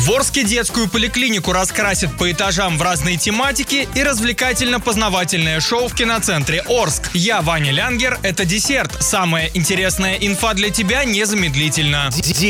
В Орске детскую поликлинику раскрасят по этажам в разные тематики и развлекательно-познавательное шоу в киноцентре Орск. Я Ваня Лянгер, это десерт. Самая интересная инфа для тебя незамедлительно.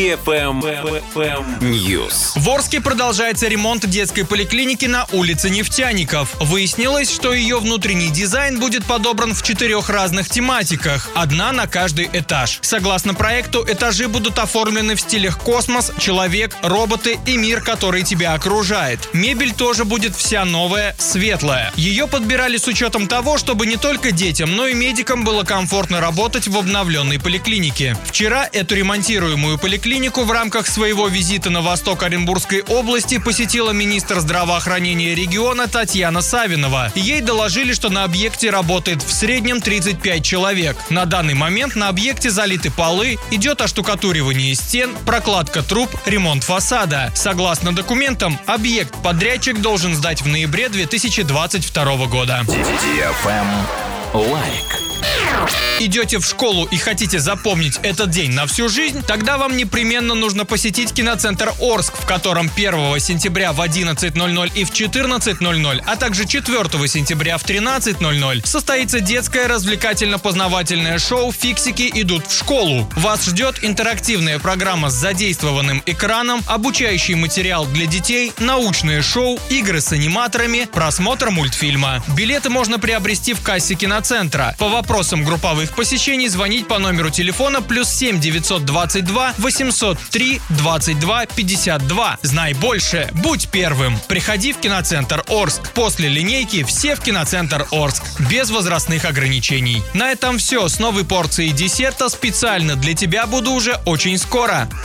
News. В Орске продолжается ремонт детской поликлиники на улице Нефтяников. Выяснилось, что ее внутренний дизайн будет подобран в 4 разных тематиках, одна на каждый этаж. Согласно проекту, этажи будут оформлены в стилях космос, человек, роботы и мир, который тебя окружает. Мебель тоже будет вся новая, светлая. Ее подбирали с учетом того, чтобы не только детям, но и медикам было комфортно работать в обновленной поликлинике. Вчера эту ремонтируемую поликлинику в рамках своего визита на восток Оренбургской области посетила министр здравоохранения региона Татьяна Савинова. Ей доложили, что на объекте работает в среднем 35 человек. На данный момент на объекте залиты полы, идет оштукатуривание стен, прокладка труб, ремонт фасада. Согласно документам, объект-подрядчик должен сдать в ноябре 2022 года. Лайк. Идете в школу и хотите запомнить этот день на всю жизнь? Тогда вам непременно нужно посетить киноцентр Орск, в котором 1 сентября в 11:00 и в 14:00, а также 4 сентября в 13:00 состоится детское развлекательно-познавательное шоу «Фиксики идут в школу». Вас ждет интерактивная программа с задействованным экраном, обучающий материал для детей, научное шоу, игры с аниматорами, просмотр мультфильма. Билеты можно приобрести в кассе киноцентра. По вопросам групповых посещений звонить по номеру телефона +7 922 803 22 52. Знай больше, будь первым. Приходи в киноцентр Орск. После линейки все в киноцентр Орск. Без возрастных ограничений. На этом все. С новой порцией десерта специально для тебя буду уже очень скоро.